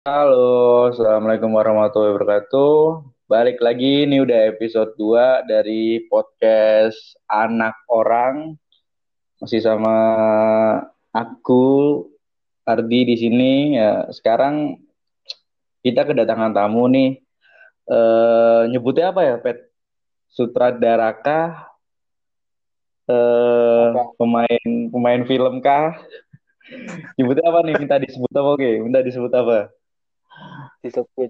Halo, Assalamualaikum warahmatullahi wabarakatuh. Balik lagi, ini udah episode 2 dari podcast Anak Orang. Masih sama aku, Ardi di sini. Ya, sekarang kita kedatangan tamu nih. Nyebutnya apa ya, Pet? Sutradara kah? Apa Pemain pemain film kah? Nyebutnya apa nih? Minta disebut apa? Oke, minta disebut apa? disebut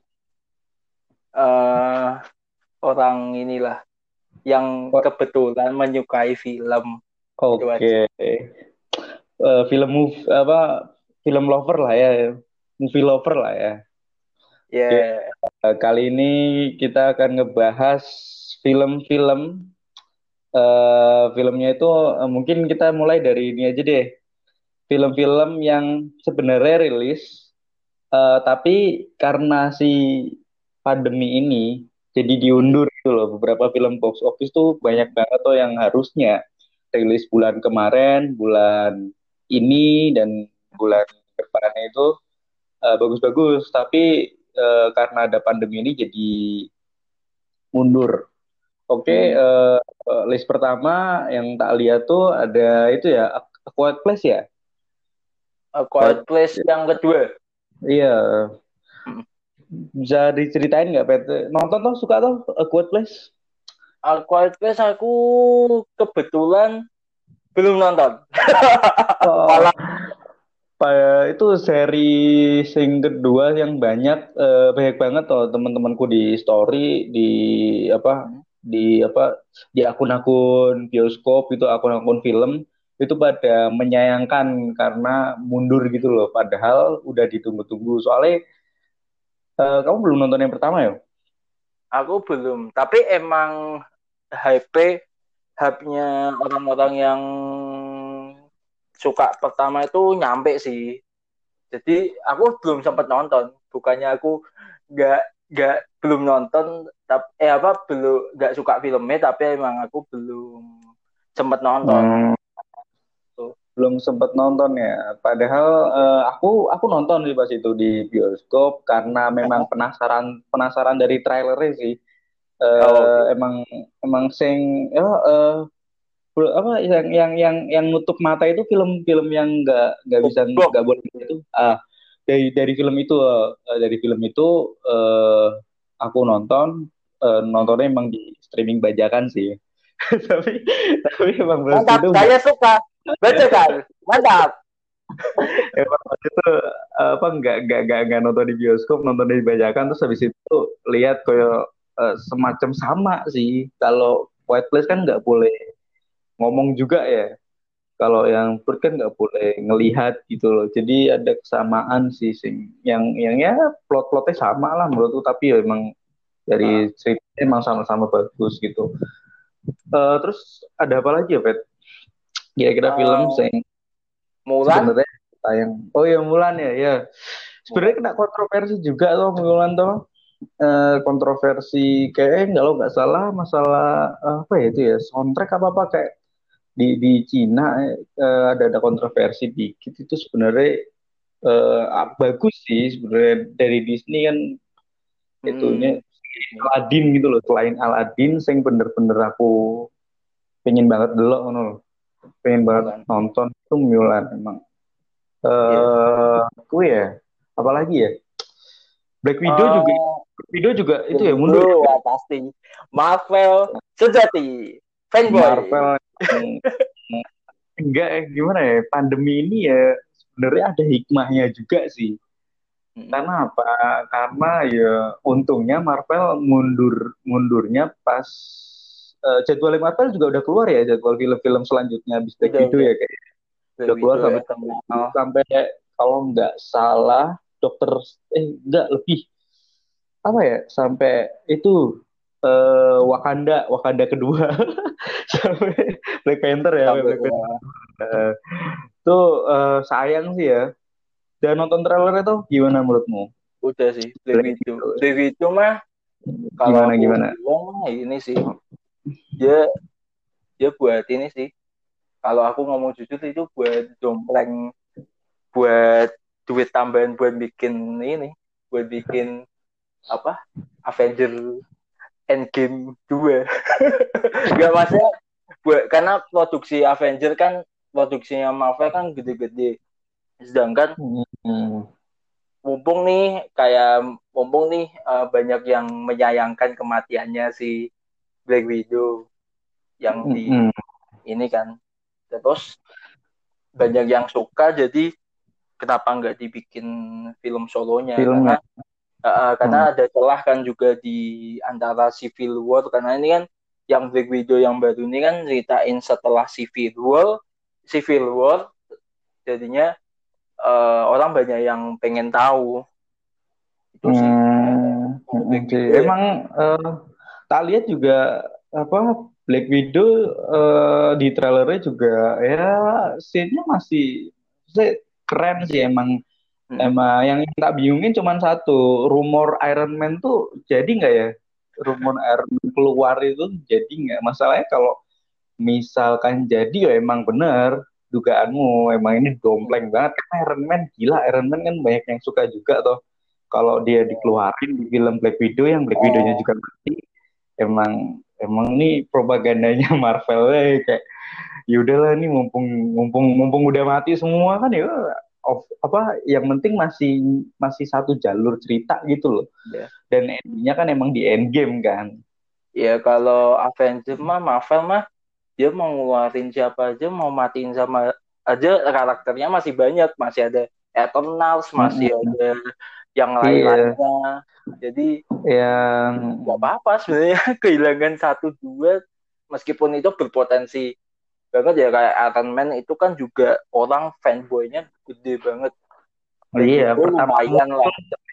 eh orang inilah yang Oh, kebetulan menyukai film itu aja. oke. Film move apa film lover lah ya, movie lover lah ya. Oke, Ya, kali ini kita akan ngebahas film-film. Filmnya itu mungkin kita mulai dari ini aja deh. Film-film yang sebenarnya rilis, tapi karena si pandemi ini jadi diundur gitu loh. Beberapa film box office tuh banyak banget tuh yang harusnya rilis bulan kemarin, bulan ini dan bulan depannya itu bagus-bagus, tapi karena ada pandemi ini jadi mundur. Oke, hmm, list pertama yang tak lihat tuh ada itu ya, A Quiet Place ya. A Quiet Quiet, Place yang kedua. iya, Hmm. bisa diceritain nggak, Pet? Nonton tuh, suka tuh A Quiet Place? A Quiet Place aku kebetulan belum nonton. Oh, Malah itu seri sing kedua yang banyak banget tuh teman-temanku di story, di apa di apa di akun-akun bioskop, itu akun-akun film itu pada menyayangkan karena mundur gitu loh, padahal udah ditunggu-tunggu. Soalnya kamu belum nonton yang pertama ya? aku belum, tapi emang hype-nya orang-orang yang suka pertama itu nyampe sih. Jadi aku belum sempat nonton. Bukannya aku nggak nggak belum nonton, tapi apa belum nggak suka filmnya, tapi emang aku belum sempat nonton. Hmm, Tuh. belum sempet nonton ya. Padahal aku nonton sih pas itu di bioskop karena memang penasaran penasaran dari trailernya sih. Oh, oke. Emang emang sing ya, apa yang nutup mata itu film-film yang nggak Bom. boleh itu. Dari film itu dari film itu aku nontonnya emang di streaming bajakan sih. tapi tapi emang pas Mantap, itu nggak. saya suka. Baca kan? Mantap. Emang pas itu nggak nonton di bioskop, nonton di bajakan, terus habis itu lihat kayak semacam sama sih. Kalau White Place kan nggak boleh ngomong juga ya. Kalau yang Purge kan nggak boleh ngelihat gitu loh. Jadi ada kesamaan sih sing yang ya plot-plotnya sama lah menurutku, tapi ya emang Ah. dari ceritanya emang sama-sama bagus gitu. Terus ada apa lagi ya, Pet? Kira-kira film Eh, yang Mulan. sebenarnya tayang. Oh ya, Mulan ya, ya. Sebenarnya Mulan. kena kontroversi juga loh Mulan tuh. Kontroversi kayak kalau nggak salah masalah apa ya itu ya, soundtrack apa apa kayak di Cina, ada kontroversi dikit itu sebenarnya bagus sih sebenarnya dari Disney kan itunya Hmm. Aladdin gitu loh. Selain Aladdin sing bener-bener aku pengen banget dulu ngono loh. Pengen banget Mulan. nonton itu Mulan emang. Iya. Aku ya apalagi ya, Black Widow juga. Eh, Black Widow juga itu ya itu mundur ya. wah, pasti. Marvel sejati. Fanboy. Marvel enggak gimana ya, pandemi ini ya sebenarnya ada hikmahnya juga sih. Hmm. Karena apa? Karena ya untungnya Marvel mundurnya pas jadwal Marvel juga udah keluar ya, jadwal film-film selanjutnya habis Black Widow Udah. ya kayak Black udah keluar Widow sampai Eternal. sampai kalau nggak salah dokter nggak lebih apa ya, sampai itu Wakanda Wakanda kedua sampai Black Panther ya, sampai Sampai Black Panther. Eh, itu sayang sih ya. Dan nonton trailer itu gimana menurutmu? udah sih Black Black Widow. Widow. Black Widow mah kalau Gimana aku gimana? bilang mah ini sih dia dia buat ini sih. Kalau aku ngomong jujur itu buat dompleng, buat duit tambahan buat bikin ini, buat bikin apa Avenger Endgame 2. Gak masalah buat, karena produksi Avenger kan produksinya Marvel kan gede-gede. Sedangkan Hmm. mumpung nih banyak yang menyayangkan kematiannya si Black Widow yang di Hmm. ini kan. Terus banyak yang suka, jadi kenapa nggak dibikin film solonya? Karena Filmnya. karena Hmm. ada celah kan juga di antara Civil War, karena ini kan yang Black Widow yang baru ini kan ceritain setelah Civil War jadinya orang banyak yang pengen tahu itu sih. Kalau Black Sih. Widow ya. Emang tak lihat juga apa Black Widow di trailernya juga ya scene-nya masih keren sih emang. Mm-mm. Emang yang tak bingungin cuma satu, rumor Iron Man tuh jadi nggak ya? Rumor Iron Man keluar itu jadi nggak? Masalahnya kalau misalkan jadi ya emang bener dugaanmu, emang ini dompleng banget. Karena Iron Man gila, Iron Man kan banyak yang suka juga toh. Kalau dia dikeluarin di film Black Widow yang Black Widow-nya Oh, juga mati, emang emang ini propagandanya Marvel kayak ya udahlah nih mumpung mumpung mumpung udah mati semua kan ya apa yang penting masih masih satu jalur cerita gitu loh, ya. dan endingnya kan emang di endgame kan. Ya kalau Avenger mah Marvel mah dia mau ngeluarin siapa aja, mau matiin sama aja, karakternya masih banyak, masih ada Eternals, masih Mm-mm. ada yang Iya, lain-lainnya. Jadi yang nggak apa-apa sebenarnya kehilangan satu dua, meskipun itu berpotensi banget ya, kayak Iron Man itu kan juga orang fanboynya gede banget. Black iya Widow lumayan lah.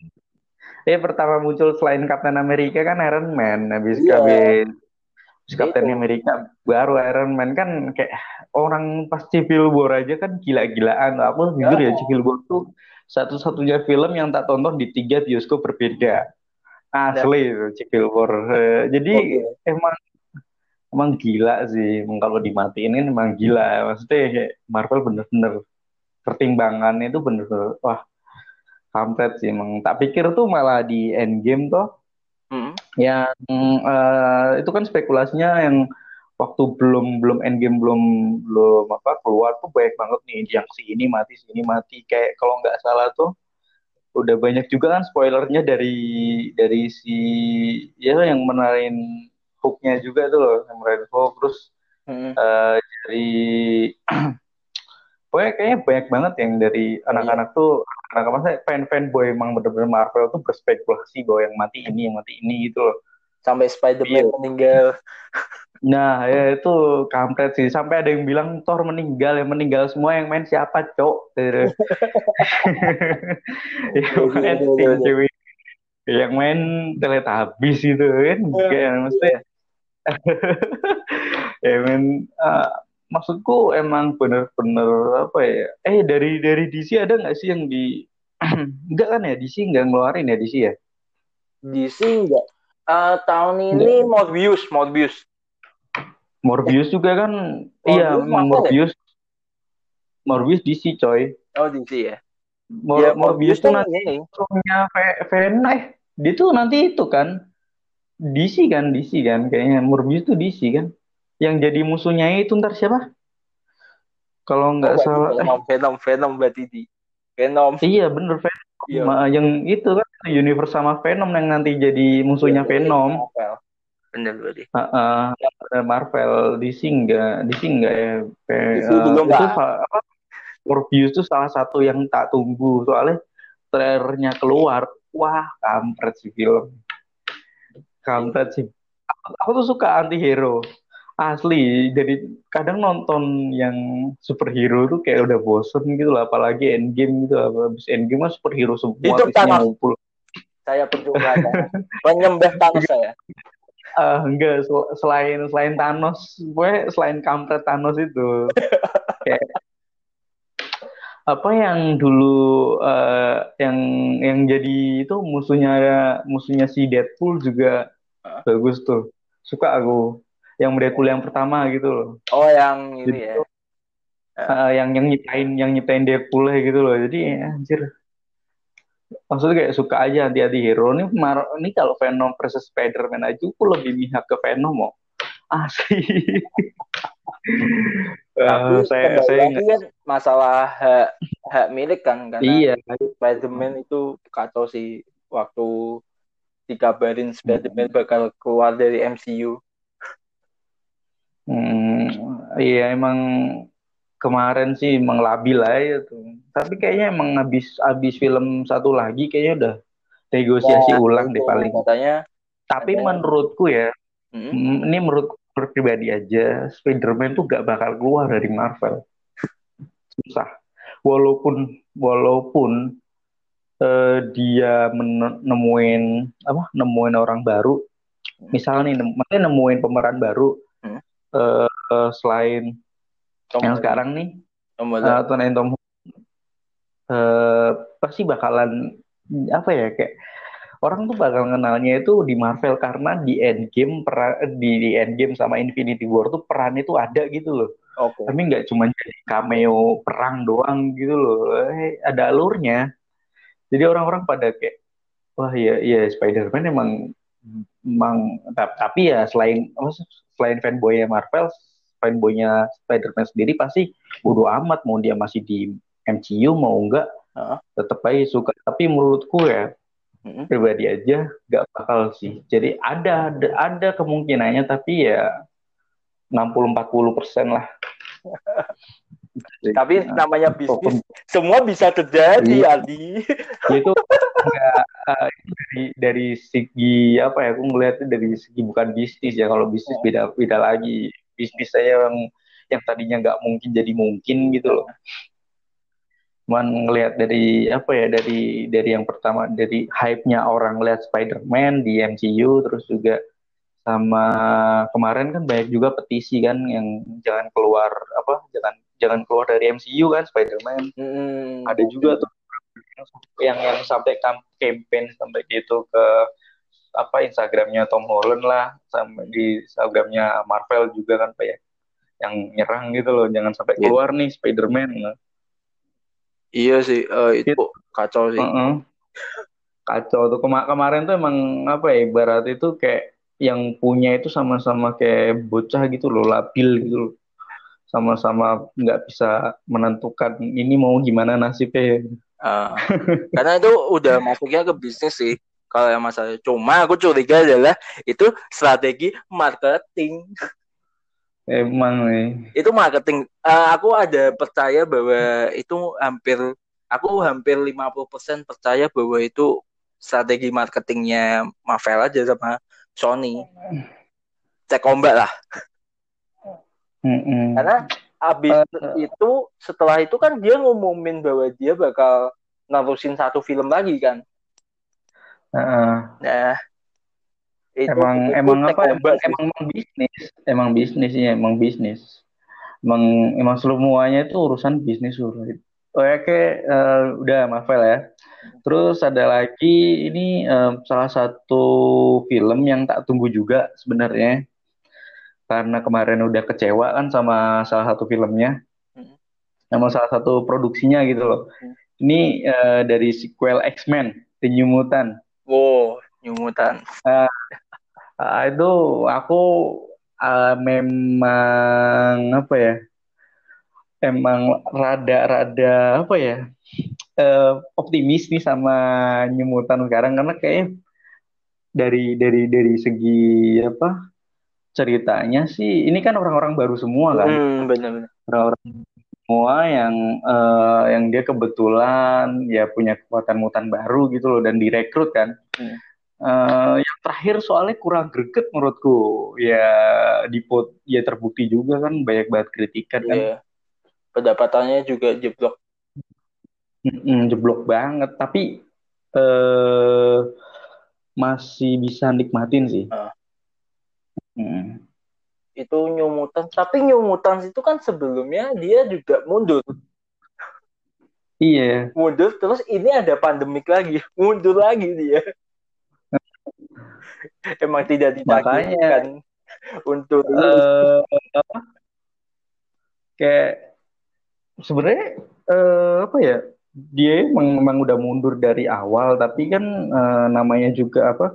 pertama muncul selain Captain America kan Iron Man, habis Iya, habis itu. Captain America baru Iron Man kan kayak orang pas Civil War aja kan gila-gilaan. Aku jujur ya Ya, Civil War tuh satu-satunya film yang tak tonton di 3 bioskop berbeda. nah, Asli itu Civil War. Jadi oke. emang emang gila sih. Emang kalau dimatiin kan emang gila. Maksudnya kayak Marvel bener-bener pertimbangannya itu bener-bener wah kampret sih emang. Tak pikir tuh malah di Endgame toh Hmm. yang itu kan spekulasinya yang waktu belum belum Endgame belum belum apa keluar tuh banyak banget nih yang si ini mati kayak kalau nggak salah tuh udah banyak juga kan spoilernya dari si ya yang menarin hooknya juga tuh loh yang menarin hook terus Hmm. dari pokoknya kayaknya banyak banget yang dari Oh iya, anak-anak tuh anak apa sih fan boy emang bener-bener Marvel tuh berspekulasi bahwa yang mati ini gitu loh. sampai Iya. Spider-Man meninggal. Nah, ya itu kampret sih. Sampai ada yang bilang Thor meninggal, yang meninggal semua yang main siapa, Cok? Gitu. Yang main Bener. cewek-cewek, yang main Teletubbies gitu kan. Kayak mesti Iya. ya men maksudku emang bener-bener apa ya? Dari DC ada nggak sih yang di enggak kan ya DC nggak ngeluarin ya DC ya? DC enggak. Tahun ini Enggak. Morbius. Morbius juga kan iya Morbius memang Marvel ya? Morbius DC coy. Oh DC ya. Ya Morbius Morbius tuh kan nanti ini. musuhnya Venom dia tuh nanti itu kan DC kan kayaknya Morbius tuh DC kan yang jadi musuhnya itu ntar siapa kalau Oh nggak berarti salah Venom berarti di Venom. iya bener Venom. Iya, Yang itu kan universe sama Venom yang nanti jadi iya musuhnya berarti Venom. Marvel. Bener berarti. Marvel DC nggak ya. DC belum Itu lah. apa Morbius tuh salah satu yang tak tunggu soalnya trailernya keluar wah kampret sih film Iya. kampret sih. Aku tuh suka anti-hero asli. Jadi kadang nonton yang superhero tuh kayak udah bosen gitu lah. Apalagi Endgame gitu. Habis Endgame mah superhero semua Hidup isinya Thanos. ngumpul. Saya percuma Thanos. Menyembah Thanos saya. Enggak selain selain Thanos, gue selain kampret Thanos itu kayak apa yang dulu yang jadi itu musuhnya musuhnya si Deadpool juga Hah? bagus tuh. Suka aku. Yang Deadpool yang pertama gitu loh. Oh yang ini Jadi ya. Eh, yang nyiptain Deadpool gitu loh jadi anjir Maksudnya kayak suka aja anti-anti hero. Ini kalau Venom versus Spider-Man aja, aku lebih mihak ke Venom mau. Asli. Tapi kembali Saya lagi nggak. kan masalah hak hak milik kan, karena Iya. Spider-Man itu kacau sih waktu dikabarin Spider-Man bakal keluar dari MCU. Iya emang kemarin sih emang labil aja tuh. Tapi kayaknya emang habis film satu lagi kayaknya udah Ya negosiasi ulang itu deh paling. Tapi katanya menurutku ya, hmm, ini menurutku pribadi aja, Spider-Man tuh gak bakal keluar dari Marvel. Susah. Walaupun walaupun dia nemuin apa? Nemuin orang baru. Misalnya nih, maksudnya nemuin pemeran baru hmm, selain Tom yang Holland, sekarang nih, Tom Holland. Tom eh, pasti bakalan apa ya kayak orang tuh bakal kenalnya itu di Marvel karena di Endgame sama Infinity War tuh peran itu ada gitu loh. Oke. Tapi nggak cuma jadi cameo perang doang gitu loh. Ada alurnya. Jadi orang-orang pada kayak wah ya ya Spider-Man emang emang tapi ya selain fanboynya Marvel, fanboynya Spider-Man sendiri pasti bodo amat mau dia masih di MCU mau enggak Heeh. tetap aja suka. Tapi menurutku ya Hmm. pribadi aja nggak bakal sih. Jadi ada kemungkinannya tapi ya 60-40% lah. Jadi, Tapi namanya bisnis semua bisa iya, terjadi, Aldi. itu nggak itu dari segi apa ya? Aku ngelihatnya dari segi bukan bisnis ya. Kalau bisnis beda beda lagi. Bisnis saya yang tadinya nggak mungkin jadi mungkin gitu loh. Cuman ngelihat dari apa ya dari yang pertama dari hype-nya orang lihat Spider-Man di MCU terus juga sama kemarin kan banyak juga petisi kan yang jangan keluar apa jangan keluar dari MCU kan Spider-Man Hmm, ada juga betul. tuh yang sampai campaign sampai gitu ke apa Instagramnya Tom Holland lah sampai di Instagramnya Marvel juga kan Pak ya yang nyerang gitu loh jangan sampai Iya. keluar nih Spider-Man nah, Iya sih, itu itu kacau sih. kacau tuh kemarin tuh emang apa ya ibarat itu kayak yang punya itu sama-sama kayak bocah gitu loh labil gitu loh sama-sama nggak bisa menentukan ini mau gimana nasibnya. Eh, karena itu udah masuknya ke bisnis sih. Kalau yang masalah cuma aku curiga adalah itu strategi marketing. Emang nih. Itu marketing. Aku ada percaya bahwa itu aku hampir 50% percaya bahwa itu strategi marketingnya Marvel aja sama Sony. Cek ombak lah. Mm-mm. Karena abis itu setelah itu kan dia ngumumin bahwa dia bakal nerusin satu film lagi kan. Uh, Nah, itu emang menurutku emang cek apa ombak sih. emang bisnis ya emang bisnis emang emang semuanya itu urusan bisnis sulit. Oke, udah Marvel ya. Terus ada lagi ini salah satu film yang tak tunggu juga sebenarnya karena kemarin udah kecewa kan sama salah satu filmnya, sama salah satu produksinya gitu loh. Ini dari sequel X-Men, The New Mutant. Wow, nyumutan. Nah, itu aku memang apa ya? Emang rada-rada apa ya? Optimis nih sama New Mutant sekarang karena kayak dari segi apa ceritanya sih ini kan orang-orang baru semua kan Benar-benar. orang-orang semua yang dia kebetulan ya punya kekuatan mutan baru gitu loh dan direkrut kan. Hmm. Yang terakhir soalnya kurang greget menurutku ya ya terbukti juga kan banyak banget kritikan kan. Iya, pendapatannya juga jeblok. Jeblok banget tapi eh masih bisa nikmatin sih. Nah, Mm. itu nyumutan. Tapi nyumutan itu kan sebelumnya dia juga mundur. Iya, Mundur, terus ini ada pandemik lagi. Mundur lagi dia. Emang tidak makanya ditakdirkan untuk rilis. eh kayak sebenarnya apa ya? dia emang udah mundur dari awal, tapi kan namanya juga apa?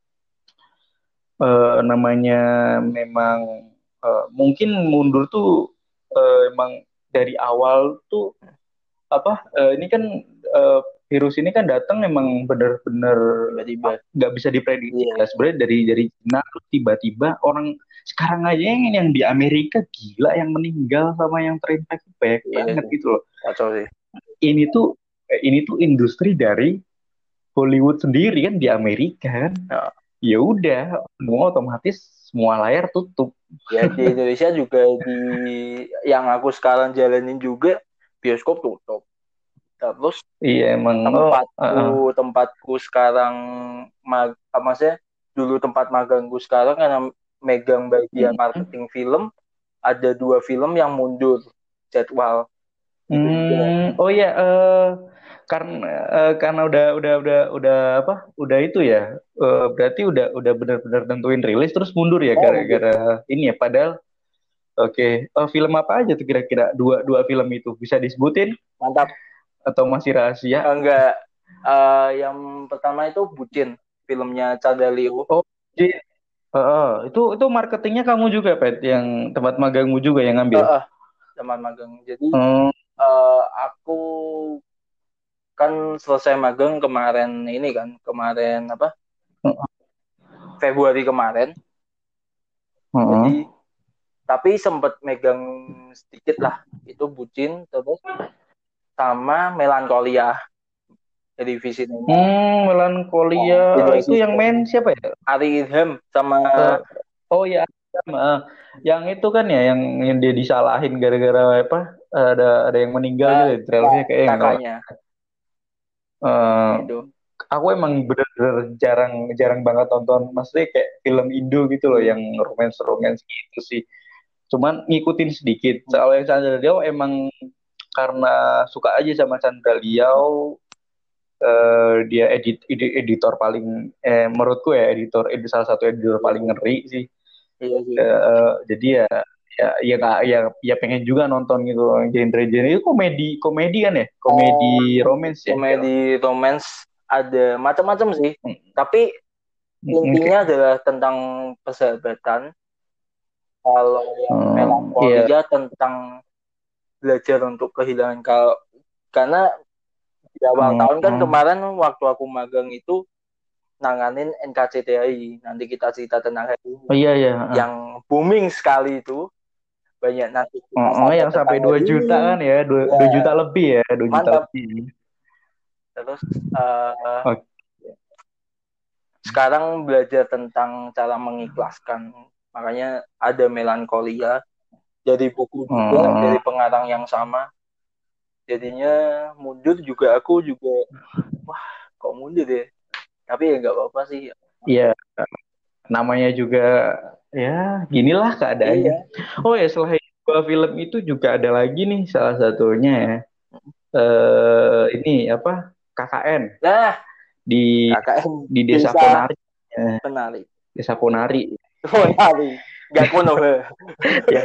Namanya memang mungkin mundur tuh emang dari awal tuh apa? Ini kan eh, virus ini kan datang emang bener-bener tiba-tiba. nggak bisa diprediksi Iya, ya sebenarnya dari Cina terus tiba-tiba orang sekarang aja yang di Amerika gila yang meninggal sama yang terinfeksi banyak iya banget sih. gitu loh. Kacau sih. Ini tuh industri dari Hollywood sendiri kan di Amerika kan. Nah, Ya udah, semua otomatis semua layar tutup. ya di Indonesia juga di yang aku sekarang jalanin juga bioskop tutup. Terus Iya emang tempatku sekarang maksudnya dulu tempat magangku sekarang karena megang bagian marketing film, ada 2 film yang mundur jadwal itu juga. Oh iya, karena udah apa? Udah itu ya. Berarti udah benar-benar tentuin rilis terus mundur ya Oh, mundur. gara-gara ini ya. Padahal oke. Film apa aja tuh kira-kira dua dua film itu bisa disebutin Mantap. atau masih rahasia? Enggak, yang pertama itu Bucin, filmnya Chandra Leo. Oh, jadi, itu marketingnya kamu juga, Pet, yang tempat magangmu juga yang ngambil. Eh, teman magang. Jadi Oh, aku kan selesai magang kemarin ini kan, kemarin apa? Februari kemarin. oh, Jadi tapi sempat megang sedikit lah. Itu Bucin terus sama Melankolia dari Visinema. Melankolia itu Situasi yang main siapa ya? Ari Irham sama Eh, oh ya, yang itu kan ya, yang dia disalahin gara-gara apa? Ada yang meninggal gitu, di trailernya kayak yang kalau kakaknya eh, itu. aku emang bener-bener jarang jarang banget nonton, maksudnya kayak film Indo gitu loh, yang romance-romance gitu sih. Cuman ngikutin sedikit. Soal yang Chandra Liao emang karena suka aja sama Chandra Liao, dia editor paling menurutku ya salah satu editor Iya paling sih. ngeri sih. Iya sih. Jadi ya nggak ya pengen juga nonton gitu loh. Genre-genre itu komedi komedi kan ya, komedi Oh, romance ya. komedi romance ada macam-macam sih. Hmm, Tapi oke. intinya adalah tentang persahabatan. Kalau yang Iya. melankolia tentang belajar untuk kehilangan karena di awal tahun kan Hmm, kemarin waktu aku magang itu nanganin NKCTI. Nanti kita cerita tentang hari ini. oh iya ya. Yang booming sekali itu banyak nanti kita sampai Yang tentang sampai 2 hari juta ini. kan ya, Ya, 2 juta lebih ya, 2 juta mantap. lebih. Terus uh, Oke. sekarang belajar tentang cara mengikhlaskan. Makanya ada melankolia dari buku juga Hmm, dari pengarang yang sama. Jadinya mundur juga aku juga wah kok mundur ya. Tapi ya nggak apa-apa sih. iya, namanya juga ya ginilah keadaannya. Iya. Oh ya, selain dua film itu juga ada lagi nih salah satunya ya. Ini apa? KKN Nah, di KKN di Desa desa Ponari. penari. Desa Ponari. Ponari. Gak kuno. Ya,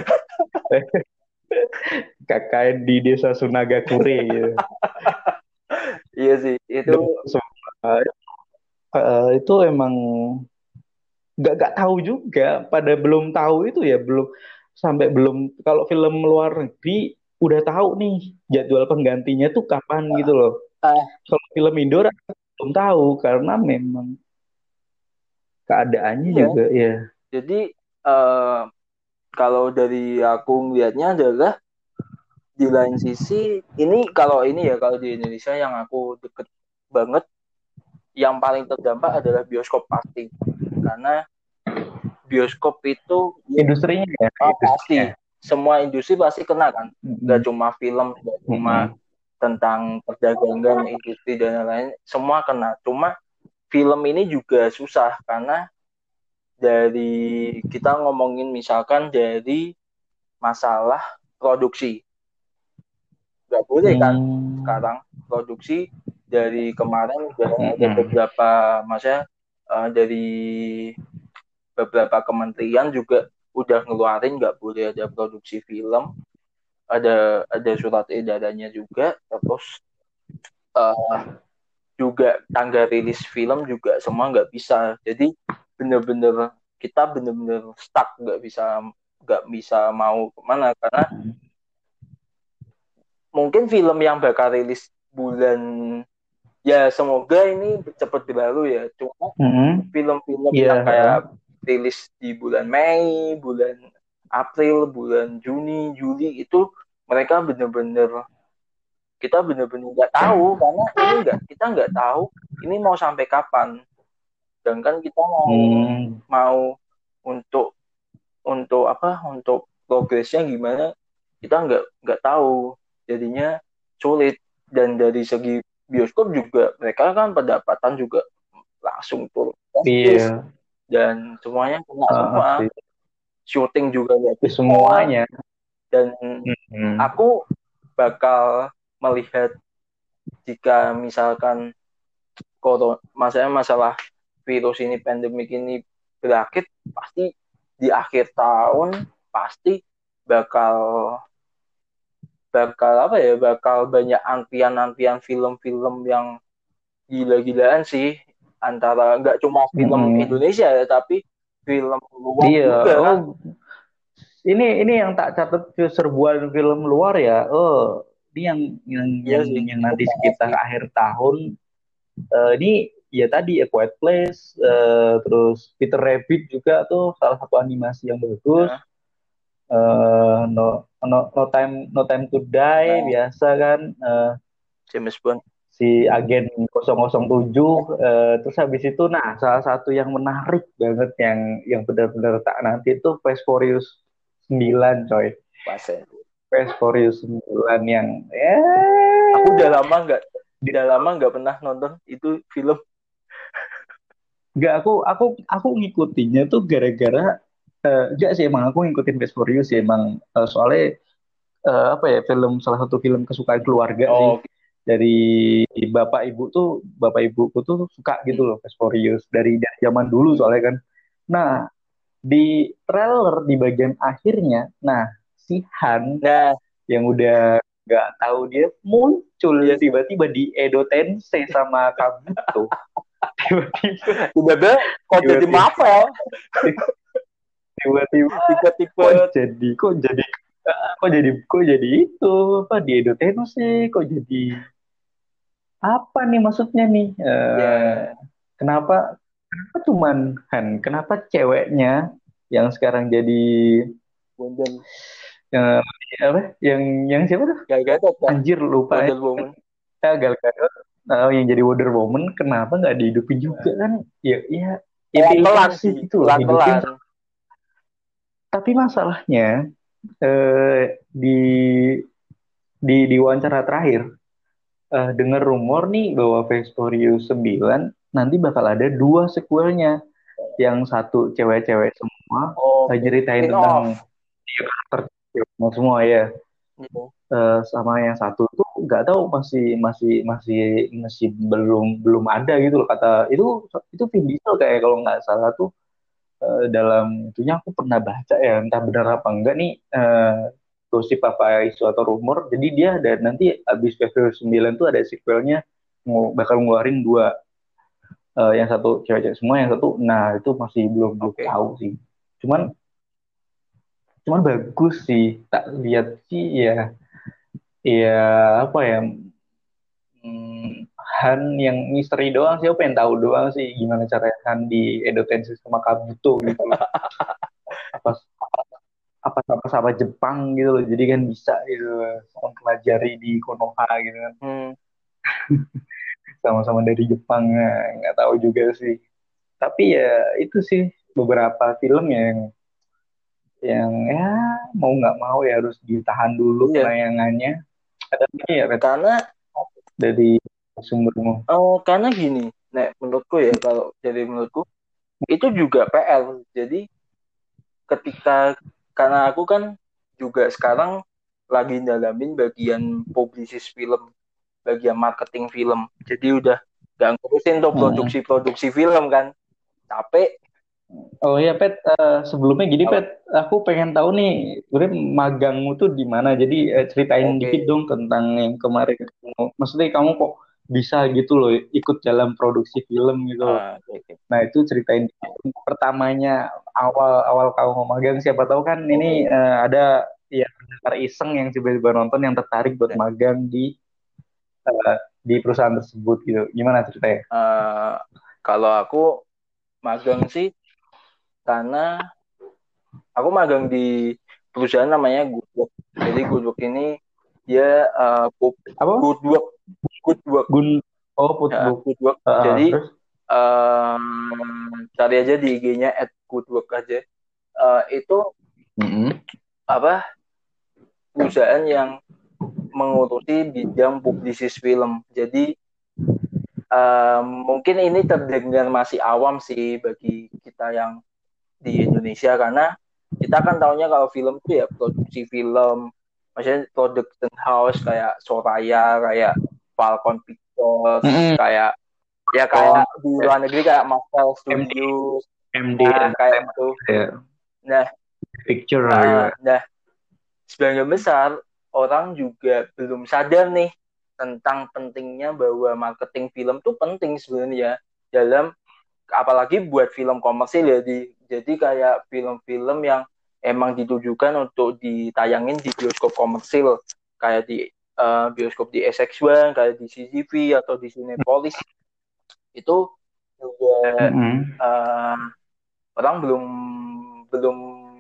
KKN di Desa Sunagakure gitu. Iya sih. Itu Sumpah, itu emang nggak tahu juga, pada belum tahu itu ya, belum kalau film luar negeri udah tahu nih jadwal penggantinya tuh kapan gitu loh. ah, Kalau film Indo belum tahu karena memang keadaannya iya. juga ya. Jadi eh, kalau dari aku ngelihatnya adalah di lain sisi ini kalau ini ya kalau di Indonesia yang aku deket banget yang paling terdampak adalah bioskop pasti karena bioskop itu ya, Industrinya ya, industrinya. pasti semua industri pasti kena kan nggak Mm-mm. cuma film nggak cuma Mm-mm. tentang perdagangan industri dan lain-lain semua kena cuma film ini juga susah karena dari kita ngomongin misalkan dari masalah produksi nggak boleh kan Hmm. sekarang produksi dari kemarin udah ada Mm-mm. beberapa maksudnya dari beberapa kementerian juga udah ngeluarin nggak boleh ada produksi film ada surat edarannya juga terus eh, juga tanggal rilis film juga semua nggak bisa. Jadi bener-bener kita bener-bener stuck, nggak bisa mau kemana karena mungkin film yang bakal rilis bulan, ya semoga ini cepat berlalu ya. Cuma film-film yang Iya. kayak rilis di bulan Mei, bulan April, bulan Juni, Juli itu mereka bener-bener kita bener-bener nggak tahu karena ini nggak kita nggak tahu ini mau sampai kapan. Sedangkan kita mau Hmm. mau untuk untuk progresnya gimana kita nggak tahu, jadinya sulit. Dan dari segi bioskop juga mereka kan pendapatan juga langsung turun drastis Iya. dan semuanya kena semua, Sih. syuting juga nggak bisa. Semuanya. Dan Hmm. aku bakal melihat jika misalkan masalah virus ini, pandemik ini berakhir, pasti di akhir tahun pasti bakal bakal apa ya bakal banyak antrian-antrian film-film yang gila-gilaan sih, antara nggak cuma film Hmm. Indonesia ya tapi film luar Iya. juga kan. Oh, ini yang tak catat serbuan film luar ya. Oh, ini yang Iya yang sih, yang cukup nanti banget sekitar sih. akhir tahun. Ini ya tadi A Quiet Place, terus Peter Rabbit juga tuh salah satu animasi yang bagus. Nah, No Time to Die nah, biasa kan. James Bond. Si agen 007, terus habis itu nah salah satu yang menarik banget yang benar-benar tak nanti itu Fast Furious 9 coy. Pasien. Fast Furious 9 yang Aku udah lama nggak pernah nonton itu film. nggak, aku ngikutinnya tuh gara-gara nggak sih, emang aku ngikutin Fast Furious sih emang, soalnya apa ya, salah satu film kesukaan keluarga sih, Oh, dari bapak ibuku tuh suka gitu loh Fast Furious dari zaman dulu soalnya kan. Nah, di trailer di bagian akhirnya, nah si Han nah, yang udah nggak tahu dia muncul iya sih. tiba-tiba di Edo Tensei sama Kabuto. Tiba-tiba Tiba-tiba kok jadi tiba-tiba Marvel, tiba-tiba tipe-tipe. kok jadi itu apa di Edo Tensei, kok jadi apa nih maksudnya nih. Ya, Kenapa kenapa cuman Han, kenapa ceweknya yang sekarang jadi Wonder eh, apa yang siapa tuh, Gal Gadot kan, anjir lupa ya. Wonder Woman. Gal Gadot, yang jadi Wonder Woman kenapa nggak dihidupin juga kan, ya ya ya Pelan-pelan dikasih sih, gitu loh hidupin. pelan-pelan. Tapi masalahnya di di wawancara terakhir, dengar rumor nih bahwa Fast Furious 9 nanti bakal ada dua sequelnya, yang satu cewek-cewek semua, Oke, nyeritain spin tentang off. karakter cewek semua ya. Gitu. Sama yang satu tuh nggak tahu, masih masih masih masih belum belum ada gitu loh, kata itu Vin Diesel kayak kalau nggak salah tuh, dalam itunya aku pernah baca ya, entah benar apa enggak nih, gosip apa isu atau rumor, jadi dia ada nanti abis Fast 9 tuh ada sequelnya, bakal ngeluarin dua, yang satu cewek-cewek semua, yang satu nah itu masih belum belum Oke. tahu sih. Cuman cuman bagus sih, tak lihat sih ya, ya apa ya, Han yang misteri doang sih, aku pengen tahu doang sih gimana cara Han di Edo Tensei sama Kabuto gitu loh. Apa apa sama-sama Jepang gitu loh, jadi kan bisa gitu mempelajari di Konoha gitu kan, Hmm. sama-sama dari Jepang, nggak tahu juga sih. Tapi ya itu sih beberapa film yang ya mau nggak mau ya harus ditahan dulu Iya, penayangannya. Ada lagi ya Pet, karena dari sumbermu? karena gini, nek menurutku ya, kalau jadi menurutku itu juga PR. Jadi ketika karena aku kan juga sekarang lagi dalamin bagian publisis film, bagian marketing film. Jadi udah gak ngurusin tuh Hmm. produksi-produksi film kan. Capek. Oh ya Pet, sebelumnya gini Apa? Pet, aku pengen tahu nih sebenarnya magangmu tuh di mana. Jadi ceritain dikit Oke. dong tentang yang kemarin. Maksudnya kamu kok bisa gitu loh ikut dalam produksi film gitu loh. Oke, oke. Nah itu ceritain pertamanya awal awal kamu mau magang, siapa tahu kan ini Oh, ada yang pendengar iseng yang tiba-tiba nonton yang tertarik buat ya. magang di perusahaan tersebut gitu. Gimana ceritanya? Eh, kalau aku magang sih karena aku magang di perusahaan namanya Goodwork. Jadi Goodwork ini dia Apa? Goodwork, Goodwork, Gun Oh, ya, Putbook. Goodwork. Jadi Terus? cari aja di IG-nya @goodwork aja. Itu Mm-mm. apa perusahaan yang mengurusi bidang publisis film. Jadi mungkin ini terdengar masih awam sih bagi kita yang di Indonesia karena kita kan tahunya kalau film itu ya produksi film, maksudnya production house kayak Soraya, kayak Falcon Pictures, Mm-mm. kayak ya Oh, kayak di luar negeri kayak Marvel MD, Studios, MD nah kayak Entertainment gitu. ya, Nah, picture gitu. nah sebagian besar orang juga belum sadar nih tentang pentingnya bahwa marketing film tuh penting sebenarnya dalam apalagi buat film komersil ya jadi kayak film-film yang emang ditujukan untuk ditayangin di bioskop komersil kayak di bioskop di SX1 kayak di CGV atau di Cinepolis itu juga Mm-mm. uh, orang belum belum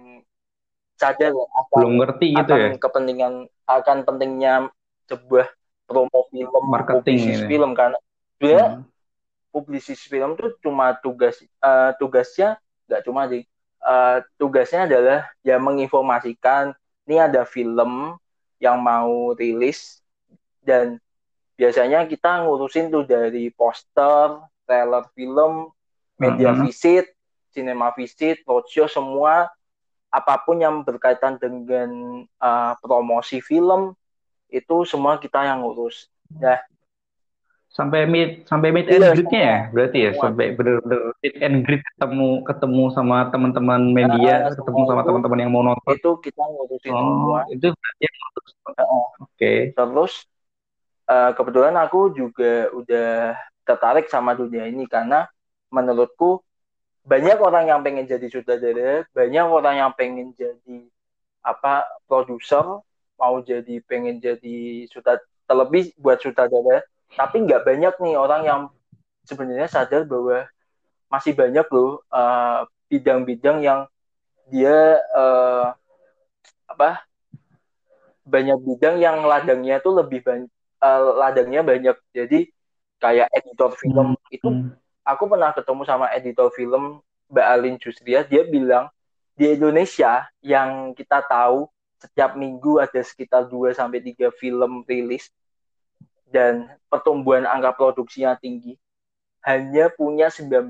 sadar ya akan Belum ngerti gitu akan ya, kepentingan akan pentingnya sebuah promo film marketing publisis gitu. film karena dia Hmm. publisis film tuh cuma tugasnya nggak cuma sih tugasnya adalah ya menginformasikan ini ada film yang mau rilis dan biasanya kita ngurusin tuh dari poster, trailer film, media Mm-mm. visit, cinema visit, roadshow semua apapun yang berkaitan dengan promosi film itu semua kita yang ngurus. Nah, Sampai meet and iya greet-nya semua ya, berarti ya semua sampai bener-bener meet and greet, ketemu ketemu sama teman-teman media, ketemu semua sama teman-teman yang mau nonton. itu kita ngurusin Oh, semua. itu berarti yang ngurus. Uh, Oke. Terus kebetulan aku juga udah tertarik sama dunia ini karena menurutku banyak orang yang pengen jadi sutradara, banyak orang yang pengen jadi apa produser, mau jadi pengen jadi terlebih buat sutradara, tapi nggak banyak nih orang yang sebenarnya sadar bahwa masih banyak loh bidang-bidang yang dia apa banyak bidang yang ladangnya tuh lebih banyak ladangnya banyak jadi kayak editor film Hmm. itu aku pernah ketemu sama editor film Mbak Alin Justria dia bilang di Indonesia yang kita tahu setiap minggu ada sekitar 2 sampai 3 film rilis dan pertumbuhan angka produksinya tinggi hanya punya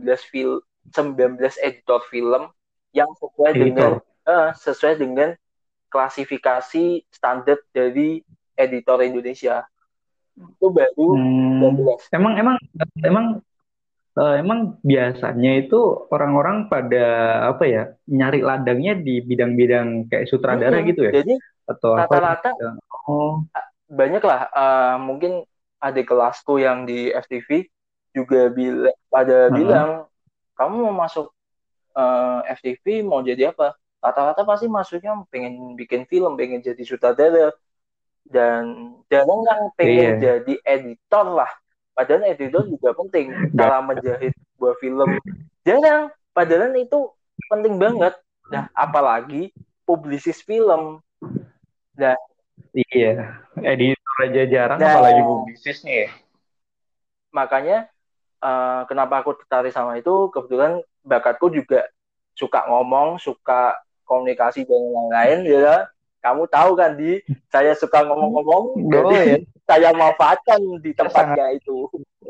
19 editor film yang Editor. sesuai dengan klasifikasi standar dari editor Indonesia itu baru Hmm. 19. Emang emang emang emang biasanya itu orang-orang pada apa ya, nyari ladangnya di bidang-bidang kayak sutradara gitu ya, Jadi atau apa gitu? rata-rata Oh. banyak lah mungkin adik kelasku yang di FTV juga pada Heeh. bilang kamu mau masuk FTV mau jadi apa rata-rata pasti masuknya pengen bikin film pengen jadi sutradara dan jarang yang pengen Iya. jadi editor lah padahal editor juga penting Gak. cara menjahit sebuah film jarang padahal itu penting banget nah apalagi publisis film nah Iya. Editor aja jarang, nah apalagi publisisnya ya. makanya kenapa aku tertarik sama itu kebetulan bakatku juga suka ngomong suka komunikasi dan lain-lain ya kamu tahu kan di saya suka ngomong-ngomong Oh jadi ya, saya manfaatkan di sangat. tempatnya itu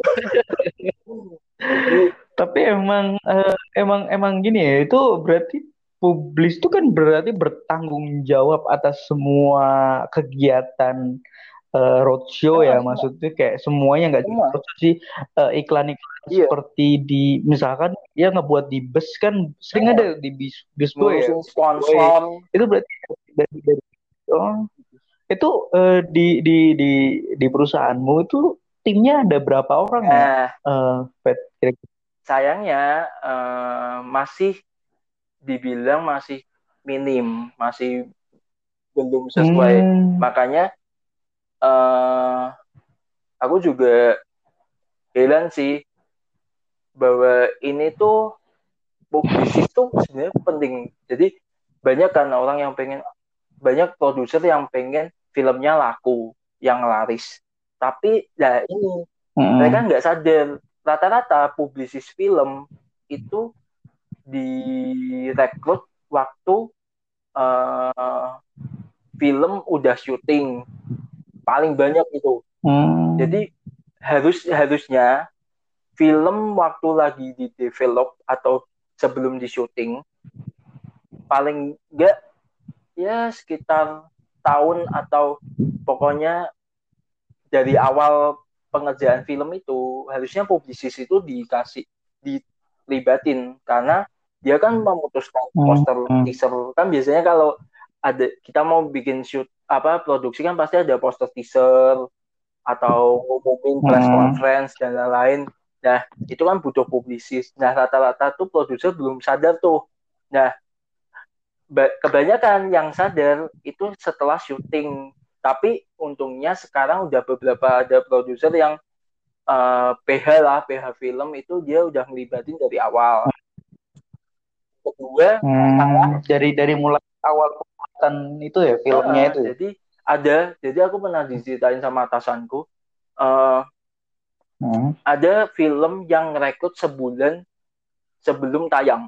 jadi Tapi emang gini ya, itu berarti publis itu kan berarti bertanggung jawab atas semua kegiatan roadshow ya, semua maksudnya kayak semuanya, nggak cuma semua roadshow sih, iklan-iklan iya seperti di misalkan ya ngebuat di bus kan sering ada di busway ya, ngurusin busway sponsor itu berarti dari oh, itu di di perusahaanmu itu timnya ada berapa orang ya? Nah, Pet, kira-kira. sayangnya masih dibilang masih minim, masih belum sesuai. Hmm, Makanya eh, aku juga bilang sih bahwa ini tuh publisis tuh sebenarnya penting. Jadi banyak kan orang yang pengen, banyak produser yang pengen filmnya laku, yang laris. Tapi ya ini mereka mm-mm. nggak sadar rata-rata publisis film itu direkrut waktu uh, film udah syuting paling banyak itu. Hmm, Jadi harusnya film waktu lagi di develop atau sebelum di syuting paling enggak ya sekitar tahun atau pokoknya dari awal pengerjaan film itu harusnya publisis itu dilibatin karena dia kan memutuskan poster hmm, teaser kan biasanya kalau ada kita mau bikin shoot apa produksi kan pasti ada poster teaser atau ngumumin press hmm, conference dan lain-lain. Nah, itu kan butuh publisis. Nah, rata-rata tuh produser belum sadar tuh. Nah, kebanyakan yang sadar itu setelah syuting. Tapi untungnya sekarang udah beberapa ada produser yang PH lah, PH film itu dia udah ngelibatin dari awal. Kedua, masalah, dari mulai awal pembuatan itu ya filmnya itu ya. jadi jadi aku pernah diceritain sama atasanku, uh, Hmm. ada film yang rekrut sebulan sebelum tayang.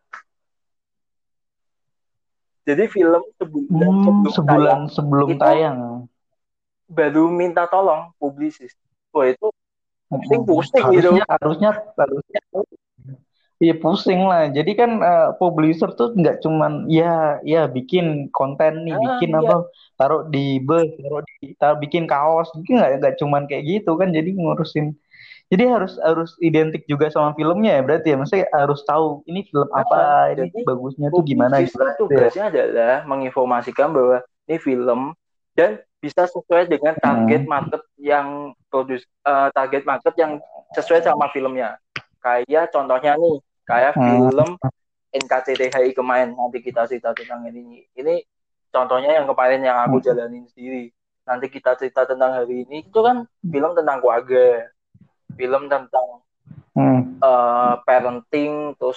Jadi film sebulan sebelum Sebulan tayang sebelum itu tayang. baru minta tolong publisis. Wah itu pusing-pusing gitu. Harusnya harusnya harusnya iya pusing lah. Jadi kan publisher tuh nggak cuman ya ya bikin konten nih, Ah, bikin apa, iya. taruh di bus, taruh bikin kaos, mungkin nggak cuman kayak gitu kan. Jadi ngurusin. Jadi harus harus identik juga sama filmnya ya berarti ya. Maksudnya harus tahu ini film apa, ini Jadi bagusnya tuh gimana publisis tuh gimana gitu ya. tugasnya adalah menginformasikan bahwa ini film dan bisa sesuai dengan target Hmm. market yang target market yang sesuai sama filmnya. Kayak contohnya nih, kayak Hmm. film NKCTHI kemarin nanti kita cerita tentang ini. Ini contohnya yang kemarin yang aku Hmm. jalanin sendiri. Nanti kita cerita tentang hari ini itu kan film tentang keluarga, film tentang Hmm. parenting, terus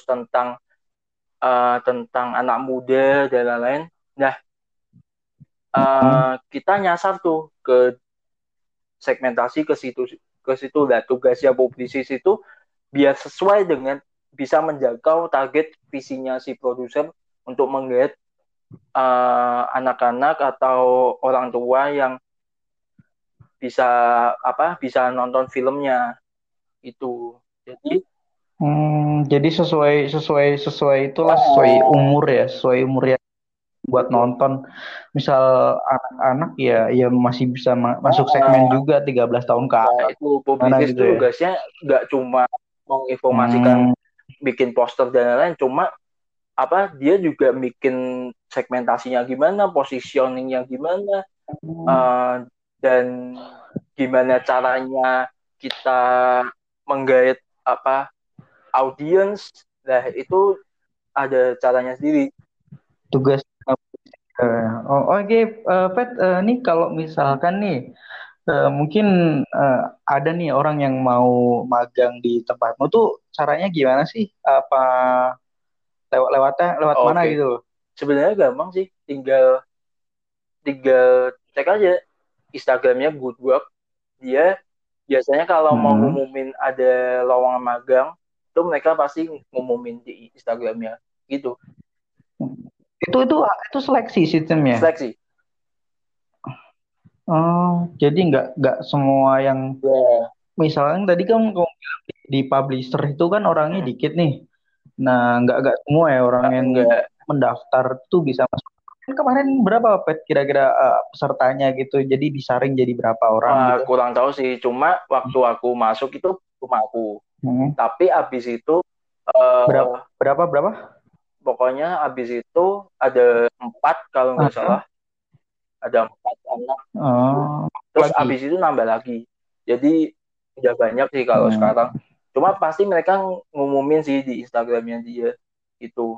tentang anak muda dan lain-lain. Nah, Hmm. kita nyasar tuh ke segmentasi ke situ lah tugasnya publisis itu biar sesuai dengan bisa menjangkau target visinya si produser untuk menggait anak-anak atau orang tua yang bisa bisa nonton filmnya itu. Jadi Jadi sesuai sesuai sesuai itulah sesuai uh, umur ya, sesuai umur ya buat betul. nonton. Misal anak-anak ya ya masih bisa masuk segmen Uh, juga 13 tahun ke nah atas. itu Mana publisis gitu itu ya. tugasnya nggak cuma menginformasikan Hmm. bikin poster dan lain-lain, cuma dia juga bikin segmentasinya gimana, positioningnya gimana, uh, dan gimana caranya kita menggait audience. Nah itu ada caranya sendiri. Tugas oke, Pet, nih kalau misalkan nih mungkin eh, ada nih orang yang mau magang di tempatmu tuh caranya gimana sih? Apa lewat mana Oke, gitu loh? sebenarnya gampang sih, tinggal tinggal cek aja Instagramnya Good Work. Dia biasanya kalau mau Hmm. ngumumin ada lowongan magang, itu mereka pasti ngumumin di Instagramnya gitu. Itu seleksi sistemnya. Seleksi. Oh, jadi nggak semua yang Ya. misalnya tadi kan kamu bilang di publisher itu kan orangnya Hmm. dikit nih. Nah, nggak semua ya orang yang Enggak. mendaftar tuh bisa masuk. Kan kemarin berapa Pet kira-kira pesertanya gitu. Jadi disaring jadi berapa orang Wah, gitu. kurang tahu sih. Cuma waktu aku masuk itu cuma aku. Hmm. Tapi abis itu eh, Berapa? pokoknya abis itu ada 4 kalau nggak Ah, salah. Ada 4 anak itu. oh, Terus lagi. abis itu nambah lagi. Jadi udah banyak sih kalau sekarang. Hmm. Cuma pasti mereka ngumumin sih di Instagramnya dia itu.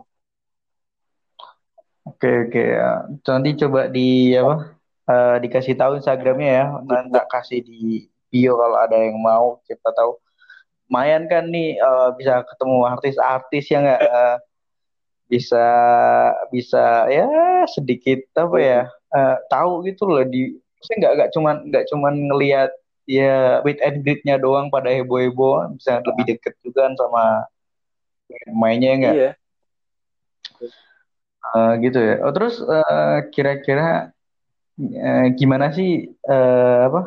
Oke oke ya. Nanti coba di apa dikasih tahu Instagramnya ya. Nanti Iya, tak kasih di bio kalau ada yang mau. Kita tahu. Lumayan kan nih bisa ketemu artis-artis yang nggak bisa bisa ya sedikit apa ya tahu gitu loh di. Saya nggak cuman ngelihat ya meet and greet-nya doang pada heboh-heboh bisa lebih deket juga kan sama pemainnya ya nggak. iya. Gitu ya. Oh terus kira-kira gimana sih apa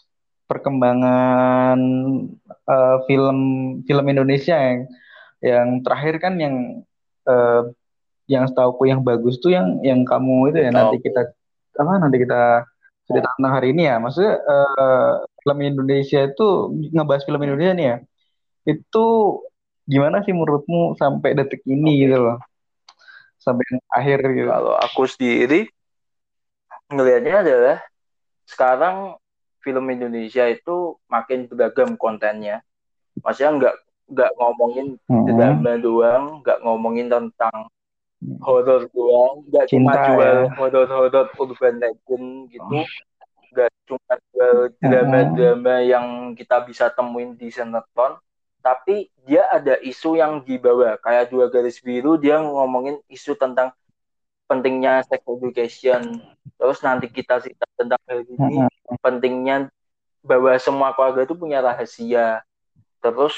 perkembangan film film Indonesia yang terakhir kan eh, yang setahuku yang bagus tuh yang kamu itu ya nanti kita Oke. apa nanti kita cerita tentang hari ini ya. Maksudnya film Indonesia itu ngebahas film Hmm, Indonesia nih ya. Itu gimana sih menurutmu sampai detik ini gitu oke. loh, sampai yang akhir gitu. Kalau aku sendiri ngelihatnya adalah sekarang film Indonesia itu makin beragam kontennya. Maksudnya nggak ngomongin Hmm, drama doang, nggak ngomongin tentang horor doang, nggak cuma cinta ya. jual horor-horor urban legend gitu, nggak cuma jual Hmm, drama-drama yang kita bisa temuin di sinetron, tapi dia ada isu yang dibawa. Kayak Dua Garis Biru, dia ngomongin isu tentang pentingnya sex education. Terus nanti kita cerita tentang hal ini, hmm, pentingnya bahwa semua keluarga itu punya rahasia. Terus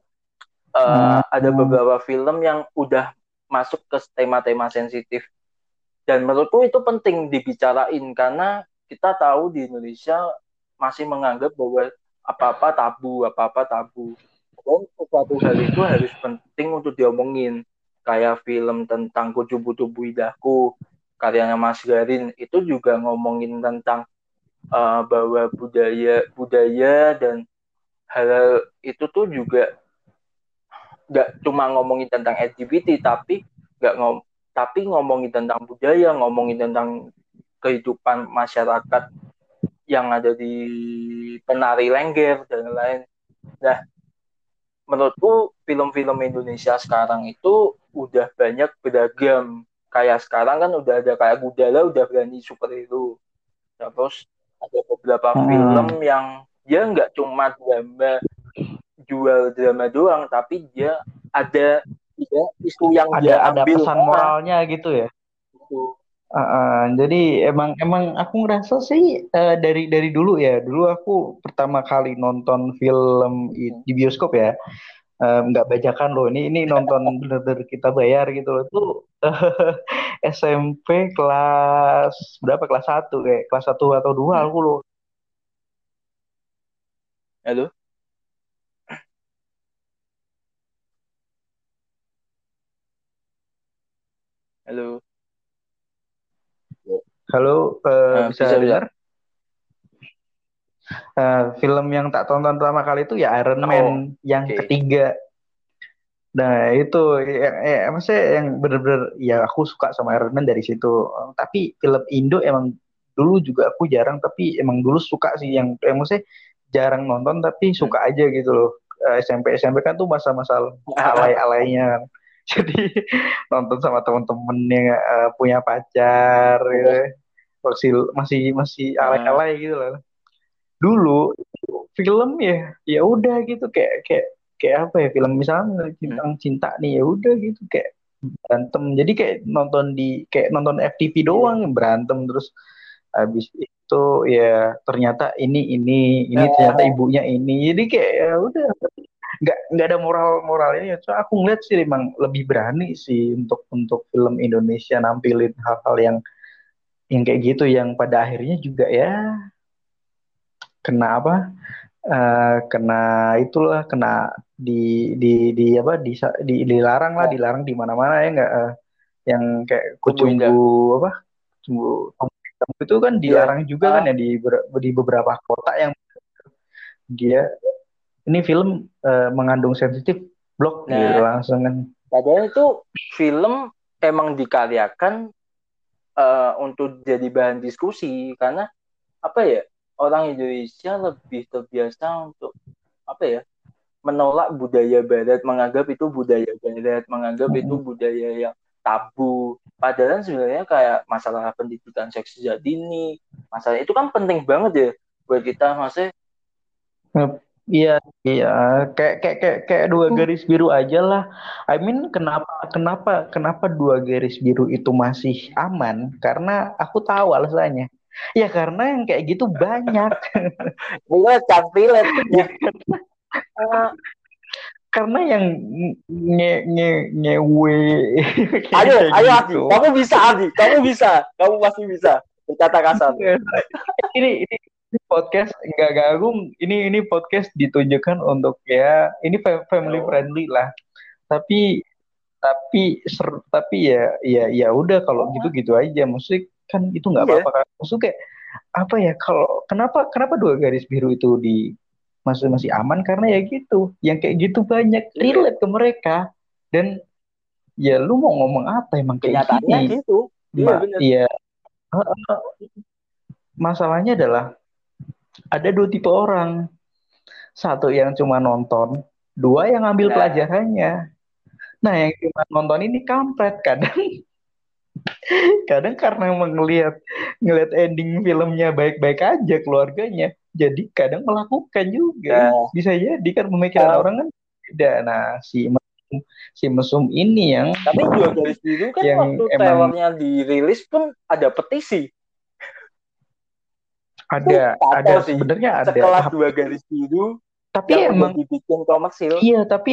ada hmm, beberapa film yang udah masuk ke tema-tema sensitif. Dan menurutku itu penting dibicarain karena kita tahu di Indonesia masih menganggap bahwa apa-apa tabu, apa-apa tabu. Dan sesuatu hal itu harus penting untuk diomongin. Kayak film tentang Kucu-Butu Buidahku, karyanya Mas Garin, itu juga ngomongin tentang bahwa budaya budaya dan hal itu tuh juga nggak cuma ngomongin tentang LGBT nggak ngom tapi ngomongin tentang budaya, ngomongin tentang kehidupan masyarakat yang ada di penari lengger dan lain. Nah, menurutku film-film Indonesia sekarang itu udah banyak beragam. Kayak sekarang kan udah ada kayak Gudala udah berani superhero. Terus ada beberapa hmm. film yang dia nggak cuma drama jual drama doang, tapi dia ada isu yang dia Ada ambil. pesan moralnya gitu ya. Itu. Jadi emang emang aku ngerasa sih dari dulu ya dulu aku pertama kali nonton film di bioskop ya nggak bajakan loh ini nonton bener-bener kita bayar gitu loh itu SMP kelas berapa kelas satu kayak kelas satu atau dua Hmm. aku loh. Halo, halo. Halo bisa Bisa bisa. dengar. Film yang tak tonton pertama kali itu ya Iron Man Oh, yang oke. ketiga. Nah itu maksudnya yang bener-bener ya aku suka sama Iron Man dari situ. Tapi film Indo emang dulu juga aku jarang tapi emang dulu suka sih yang maksudnya jarang nonton tapi Hmm. suka aja gitu loh. SMP kan tuh masa-masa alay-alaynya kan. Jadi nonton sama temen-temen yang punya pacar gitu. Masih masih masih alay-alay gitu loh. Dulu film ya ya udah gitu kayak kayak kayak apa ya film misalnya Hmm. tentang cinta nih ya udah gitu kayak berantem jadi kayak nonton kayak nonton FTV Iya. doang berantem terus habis itu ya ternyata ini ternyata ibunya ini jadi kayak ya udah nggak ada moralnya so aku ngeliat sih emang lebih berani sih untuk film Indonesia nampilin hal-hal yang kayak gitu yang pada akhirnya juga ya kena apa kena itulah kena di di apa dilarang lah Nah, dilarang di mana-mana ya nggak yang kayak Tumbuh kucumbu Indah. apa kucumbu itu kan Iya. dilarang juga kan Ah, ya di beberapa kota yang dia ini film mengandung sensitif blok gitu nah, langsung kan. padahal itu film emang dikaryakan untuk jadi bahan diskusi karena apa ya orang Indonesia lebih terbiasa untuk apa ya, menolak budaya barat, menganggap itu budaya barat, menganggap itu Mm-mm. budaya yang tabu. Padahal sebenarnya kayak masalah pendidikan seks sejak dini, masalah itu kan penting banget ya buat kita, maksudnya. Iya, iya, kayak dua garis biru aja lah. I mean, kenapa, kenapa dua garis biru itu masih aman? Karena aku tahu alasannya. Ya karena yang kayak gitu banyak. Relate kan, relate. Ya Nah, karena yang ngewe ayo, kayak ayo Adi, gitu. kamu bisa Adi, kamu bisa, kamu pasti bisa berkata kasar. Ini podcast nggak gabung. Ini podcast ditujukan untuk ya ini family Oh, friendly lah. Tapi tapi ya udah kalau oh, gitu-gitu aja. Maksudnya kan itu nggak iya, apa-apa kan. Maksudnya kayak apa ya, kalau kenapa kenapa dua garis biru itu di masih masih aman karena ya gitu. Yang kayak gitu banyak iya. relate ke mereka. Dan ya lu mau ngomong apa, emang kayak Kenyataannya gini. gitu. Iya bener. Ya masalahnya adalah ada dua tipe orang. Satu yang cuma nonton, dua yang ambil Nah, pelajarannya. Nah, yang cuma nonton ini kampret kadang. Kadang karena emang ngelihat ending filmnya baik-baik aja keluarganya, jadi kadang melakukan juga. nah, Bisa jadi kan pemikiran uh, orang kan beda. Nah, si mesum ini tapi dua garis biru kan yang waktu emang trailernya dirilis pun ada petisi. Aku tak ada tahu sih, sebenarnya ada, sekelas dua tapi garis biru tapi yang udah emang dibikin komersil. iya, tapi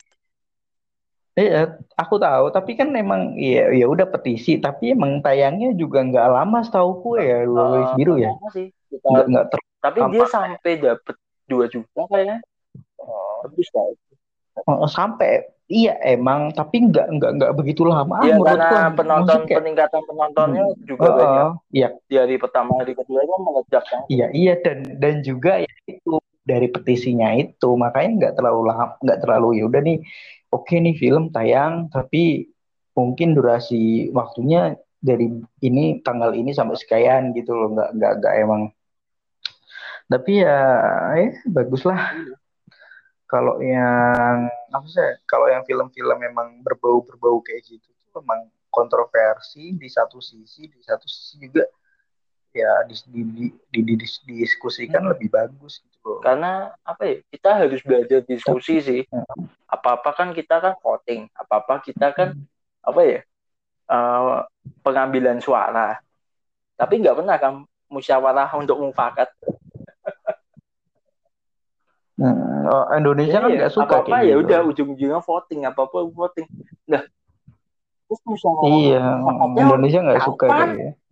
aku tahu, tapi kan emang ya udah petisi, tapi emang tayangnya juga nggak lama setahuku ya, dua garis biru Nggak ya, lama sih kita, nggak terlalu tapi dia lama. sampai dapet 2 juta kayaknya, habis lah. Sampai iya emang, tapi nggak begitu lama Iya karena menurutku maksudnya kayak peningkatan penontonnya juga banyak. iya Di hari pertama, hari kedua kan meledak banget. iya, dan juga ya itu dari petisinya itu, makanya nggak terlalu lama, nggak terlalu ya udah nih, oke nih film tayang, tapi mungkin durasi waktunya dari ini tanggal ini sampai sekian gitu loh, nggak emang. Tapi ya bagus lah Iya. kalau yang apa sih, kalau yang film-film memang berbau-berbau kayak gitu tuh memang kontroversi di satu sisi juga ya didiskusikan Mm-mm. lebih bagus gitu loh. Karena apa ya, kita harus belajar diskusi Tapi sih. Apa-apa kan kita kan voting, apa-apa kita kan apa ya, eh, pengambilan suara. Tapi nggak pernah kan musyawarah untuk mufakat. Indonesia Jadi kan ya nggak suka apa-apa kayak ya gitu. udah ujung-ujungnya voting, apa-apa voting. Nah, terus musyawarah Iya, mufakatnya Indonesia nggak suka kapan? kayak gitu.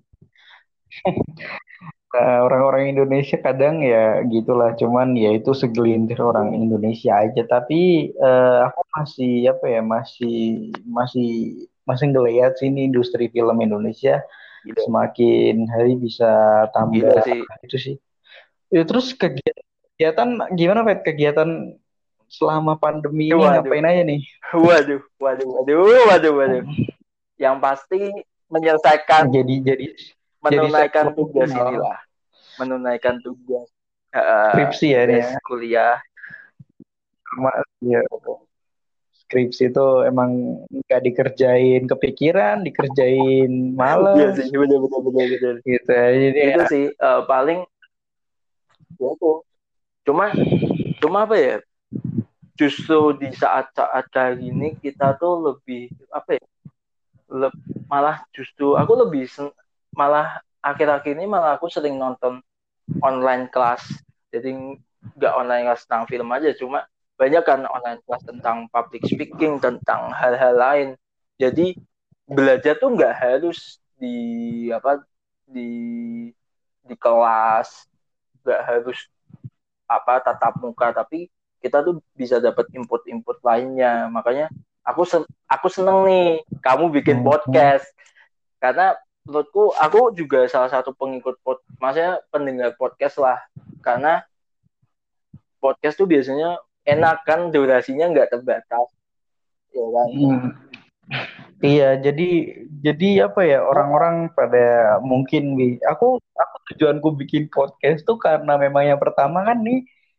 Orang-orang Indonesia kadang ya gitulah, cuman ya itu segelintir orang Indonesia aja. Tapi aku masih apa ya, masih masih ngelihat sini industri film Indonesia Gila, semakin hari bisa tambah gila sih. itu sih. Ya, terus kegiatan gimana, Fet? Kegiatan selama pandemi ini Waduh, ngapain aja nih? waduh, waduh, waduh, waduh, waduh. Yang pasti menyelesaikan, Jadi jadi self menunaikan tugas profesional, inilah, menunaikan tugas skripsi ya nih tugas ya. kuliah. Sama ya, skripsi itu emang nggak dikerjain kepikiran, dikerjain Iya males sih, benar benar benar benar. gitu ya. Jadi Itu ya, sih paling ya itu. Cuma cuma apa ya? Justru di saat-saat kayak gini kita tuh lebih apa ya? Malah justru aku lebih malah akhir-akhir ini malah aku sering nonton online kelas. Jadi nggak online kelas tentang film aja, cuma banyak kan online kelas tentang public speaking, tentang hal-hal lain. Jadi belajar tuh nggak harus di apa di di kelas, nggak harus apa tatap muka, tapi kita tuh bisa dapat input-input lainnya. Makanya aku seneng nih kamu bikin hmm, podcast, karena menurutku aku juga salah satu pengikut maksudnya pendengar podcast lah, karena podcast tuh biasanya enak kan, durasinya nggak terbatas ya kan. hmm. Iya, jadi apa ya, orang-orang pada mungkin aku tujuanku bikin podcast tuh karena memang yang pertama kan nih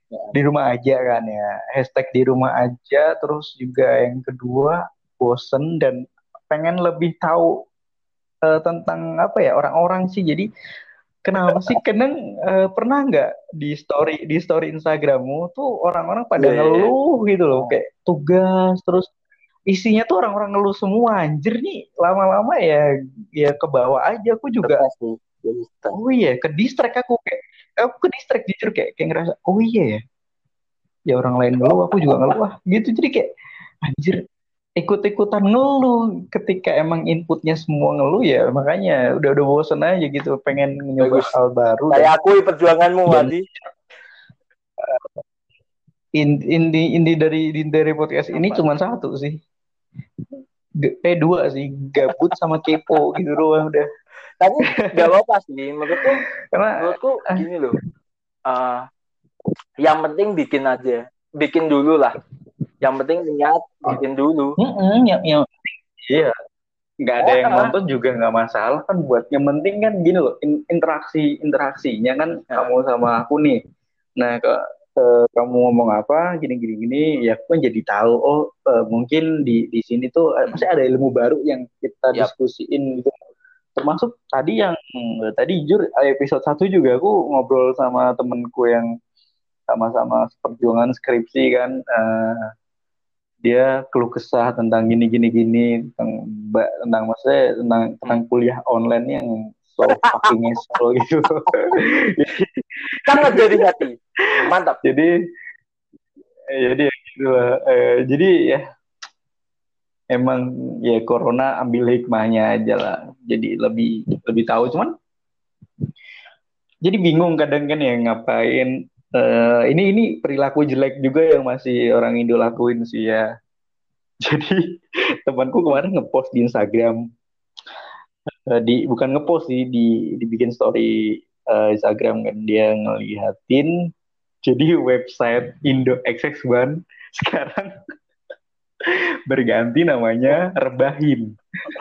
di rumah aja kan ya, hashtag di rumah aja. Terus juga yang kedua, bosen dan pengen lebih tahu tentang apa ya orang-orang sih. Jadi kenapa sih kadang pernah nggak di story Instagrammu tuh orang-orang pada Iya, iya, iya. ngeluh gitu loh, Oh, kayak tugas terus isinya tuh orang-orang ngeluh semua, anjir nih lama-lama ya ya ke bawah aja aku juga. stres sih. Jadi stres. Oh iya, ke distract aku ke distract jujur, kayak ngerasa oh iya ya, ya orang lain ngeluh aku juga ngeluh, wah gitu. Jadi kayak anjir, ikut-ikutan ngeluh ketika emang inputnya semua ngeluh, ya makanya udah bosen aja gitu, pengen nyoba Bagus. hal baru. dan Saya akui perjuanganmu, dan Adi. inti dari podcast ini Apa? cuma satu sih, dua sih, gabut sama kepo gitu doang udah. Tapi nggak apa-apa sih. Menurutku, Karena menurutku gini loh. eh, yang penting bikin aja. Bikin dulu lah. Yang penting niat, bikin dulu. yang iya, nggak ada yang Ah, nonton juga nggak masalah kan, buat yang penting kan gini loh, interaksinya kan ah. kamu sama aku nih. Nah, kamu ngomong apa gini gini gini, ya aku kan jadi tahu, oh mungkin di sini tuh pasti ada ilmu baru yang kita Yap. diskusiin gitu. Termasuk tadi yang tadi jujur episode satu juga aku ngobrol sama temenku yang sama-sama perjuangan skripsi kan. Dia keluh kesah tentang gini gini gini, tentang maksudnya tentang Hmm. kuliah online yang so fucking asshole gitu. Sangat dari hati. Mantap. jadi jadi ya gitu lah. Jadi ya emang ya corona ambil hikmahnya aja lah, jadi lebih lebih tahu. Cuman jadi bingung kadang kan ya ngapain. Ini perilaku jelek juga yang masih orang Indo lakuin sih ya. Jadi temanku Hmm. kemarin ngepost di Instagram, bukan ngepost sih, dibikin story Instagram kan, dia ngeliatin jadi website Indo XX1 sekarang berganti namanya Rebahin.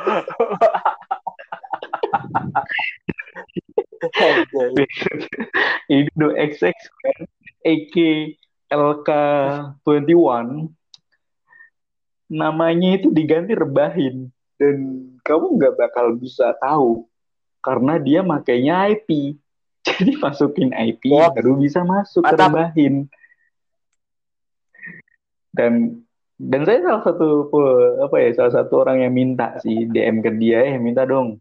Anjay. Indo XX1 AK LK21, namanya itu diganti Rebahin, dan kamu nggak bakal bisa tahu karena dia makainya IP. Jadi masukin IP Wah, baru bisa masuk ke mantap. Rebahin. Dan dan saya salah satu orang yang minta sih DM ke dia, minta dong.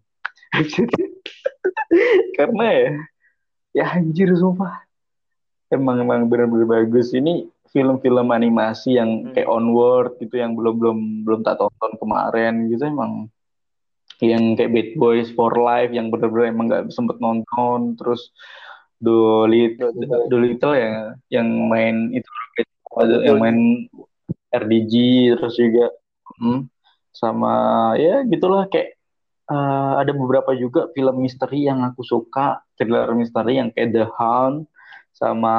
Karena ya anjir sumpah, emang emang bener-bener bagus ini film-film animasi yang kayak Hmm. Onward gitu, yang belum belum belum tak tonton kemarin gitu, emang yang kayak Bad Boys for Life yang bener-bener emang nggak sempet nonton. Terus Dolittle, Betul. Dolittle ya, yang main itu, Robert yang main Downey. RDG. Terus juga hmm, sama ya gitulah, kayak ada beberapa juga film misteri yang aku suka, thriller misteri yang kayak The Hound sama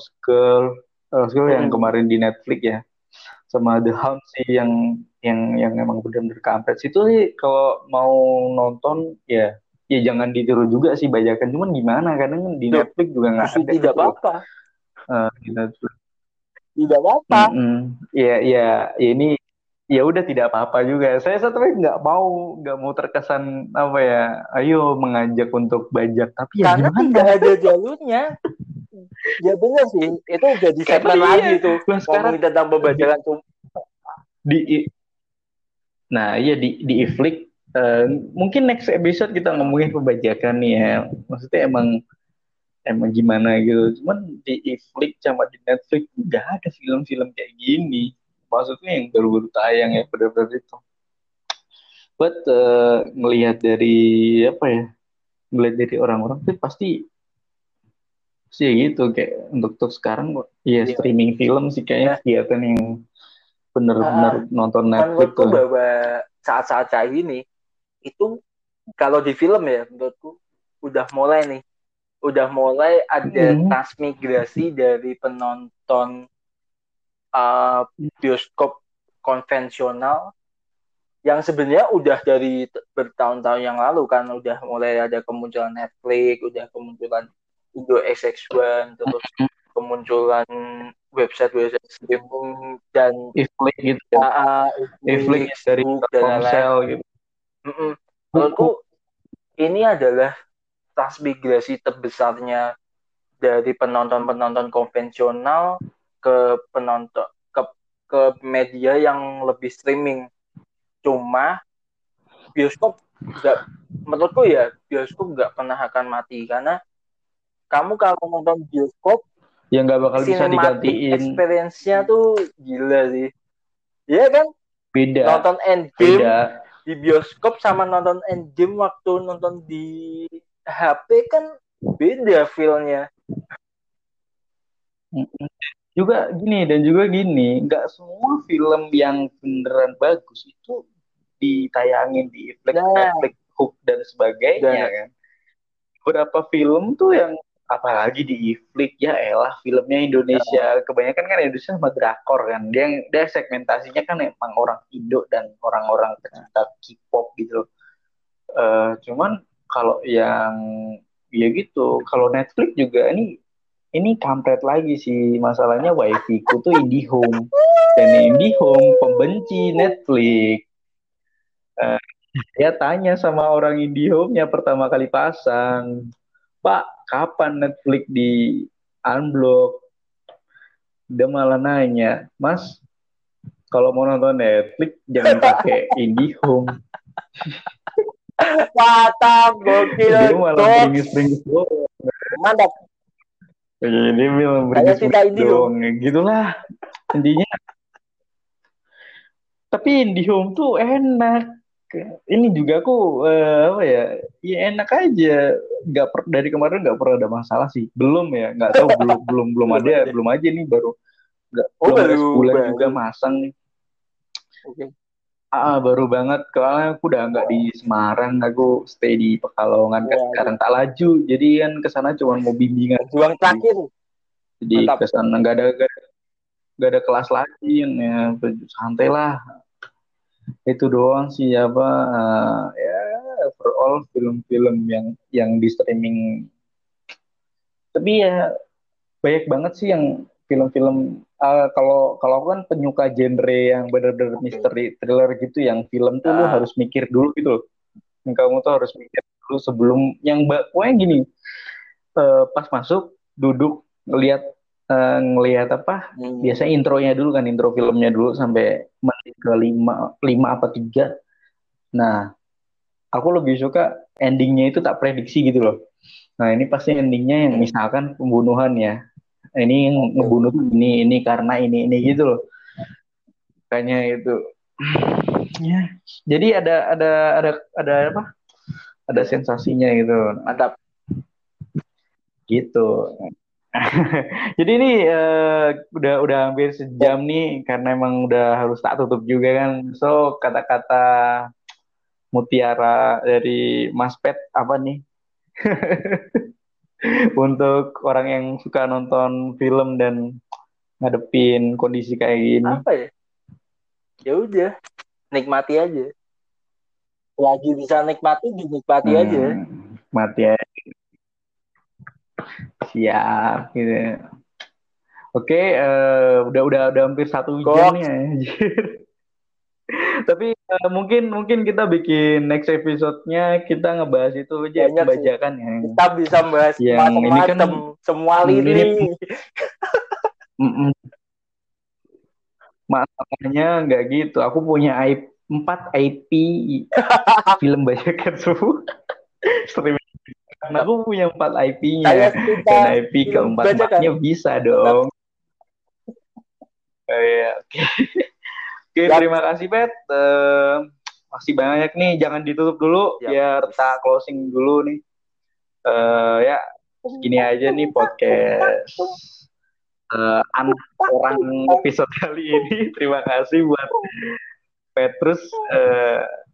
Lost Girl yang Hmm. kemarin di Netflix ya, sama The Hound sih yang emang bener-bener kampret sih. Itu sih kalau mau nonton ya, ya jangan ditiru juga sih bajakan, cuman gimana kadang kan di Duh, Netflix juga nggak justru ada tidak gitu loh. apa-apa. Di Netflix. Tidak apa-apa. Mm-mm. Ya, ya, ya ini ya udah tidak apa-apa juga. Saya tapi nggak mau terkesan apa ya, ayo mengajak untuk bajak, tapi ya Karena gimana? tidak ada jalurnya. Ya benar sih. Itu jadi Karena segmen iya, lagi tuh. lah sekarang Ngomongin tentang di, pembajakan. di nah iya di Iflik, mungkin next episode kita ngomongin pembajakan nih ya. Maksudnya emang emang gimana gitu. Cuman di Iflik sama di Netflix nggak ada film-film kayak gini. Maksudnya yang baru-baru tayang ya, benar-benar itu. Buat ngelihat dari apa ya, ngelihat dari orang-orang tuh pasti sih gitu, kayak untuk sekarang kok ya Iya. streaming film sih kayaknya Nah, kegiatan yang bener-bener ah, nonton Netflix menurutku tuh. bahwa saat-saat kayak ini itu kalau di film ya menurutku udah mulai nih, udah mulai ada Hmm. transmigrasi dari penonton uh, bioskop konvensional yang sebenarnya udah dari bertahun-tahun yang lalu kan udah mulai ada kemunculan Netflix, udah kemunculan Indo XX1, terus kemunculan website streaming dan Iflik gitu ya. Iflik Netflix, dari book dan lain-lain. Telkomsel gitu. Menurutku Buku. ini adalah transmigrasi terbesarnya dari penonton-penonton konvensional ke penonton ke media yang lebih streaming. Cuma bioskop nggak, menurutku ya bioskop nggak pernah akan mati karena kamu kalau nonton bioskop Yang nggak bakal bisa cinematic digantiin. experience-nya tuh gila sih. Iya kan? Beda. Nonton Endgame Beda. di bioskop sama nonton Endgame waktu nonton di HP kan beda feel-nya. Juga gini dan juga gini, nggak semua film yang beneran bagus itu ditayangin di Nah, Netflix, Hook dan sebagainya dan kan. Beberapa film tuh yang apalagi di Iflik ya elah filmnya Indonesia kebanyakan kan Indonesia sama drakor kan dia segmentasinya kan emang orang Indo dan orang-orang pecinta K-pop gitu. Cuman kalau yang ya gitu kalau Netflix juga ini kampret lagi sih masalahnya wifi ku tuh IndiHome dan IndiHome pembenci Netflix. Eh, Dia tanya sama orang IndiHome-nya pertama kali pasang, Pak, kapan Netflix di unblock? Dia malah nanya, Mas, kalau mau nonton Netflix jangan pakai IndiHome. mantap, gokil, Dia malah goks, beringis-beringis doang. mantap. Dia malah Saya cinta beringis-beringis Indihome. doang. Ya, gitulah intinya. Tapi IndiHome tuh enak. Ini juga aku apa ya? Ya enak aja. Dari kemarin nggak pernah ada masalah sih. Belum ya, nggak tahu belum belum belum Belum ada, aja. belum aja nih baru nggak Oh belum ada baru sebulan juga baru. masang nih. Oke. Baru banget karena aku udah nggak di Semarang, aku stay di Pekalongan kan Wah, sekarang tak laju. Jadi kan ke sana cuma mau bimbingan. pejuang terakhir. Jadi Mantap. ke sana nggak ada kelas lagi ya santai lah. Itu doang sih apa ya overall film-film yang di streaming. Tapi ya banyak banget sih yang film-film kalau kalau aku kan penyuka genre yang bener-bener Oke. misteri thriller gitu yang film tuh lu Ah, harus mikir dulu gitu loh. Kamu tuh harus mikir dulu sebelum pokoknya gini pas masuk duduk ngelihat apa biasanya hmm. intronya dulu kan intro filmnya dulu sampai menit ke lima lima apa tiga. Nah aku lebih suka endingnya itu tak prediksi gitu loh. Nah ini pasti endingnya yang Hmm. misalkan pembunuhan ya. Ini yang Oke, ngebunuh oke. tuh ini karena ini gitu loh. Kayaknya itu. Ya. Jadi ada apa? Ada sensasinya gitu. Mantap. Gitu. Jadi ini udah hampir Ya, sejam nih karena emang udah harus tak tutup juga kan. So kata-kata mutiara dari Mas Pet apa nih untuk orang yang suka nonton film dan ngadepin kondisi kayak gini. apa ya? Ya udah, nikmati aja. Lagi bisa nikmati, dinikmati aja. Mati ya siap gitu. Oke, udah hampir 1 jam nih Goks. anjir. Tapi mungkin mungkin kita bikin next episode-nya kita ngebahas itu aja Banyak sih. pembajakan yang Kita bisa bahas yang ini kan macam-macam, semua ini lini. mm, masalahnya nggak gitu. Aku punya 4 IP film bajakan semua. Streaming. Karena aku punya 4 IP-nya Saya dan suka IP film keempat-empatnya bajakan. bisa Mantap. dong. Iya. Oke, Siap. terima kasih Pet. Masih banyak nih, jangan ditutup dulu Siap. biar tak closing dulu nih. Ya, segini aja nih podcast anak orang episode kali ini. Terima kasih buat Petrus.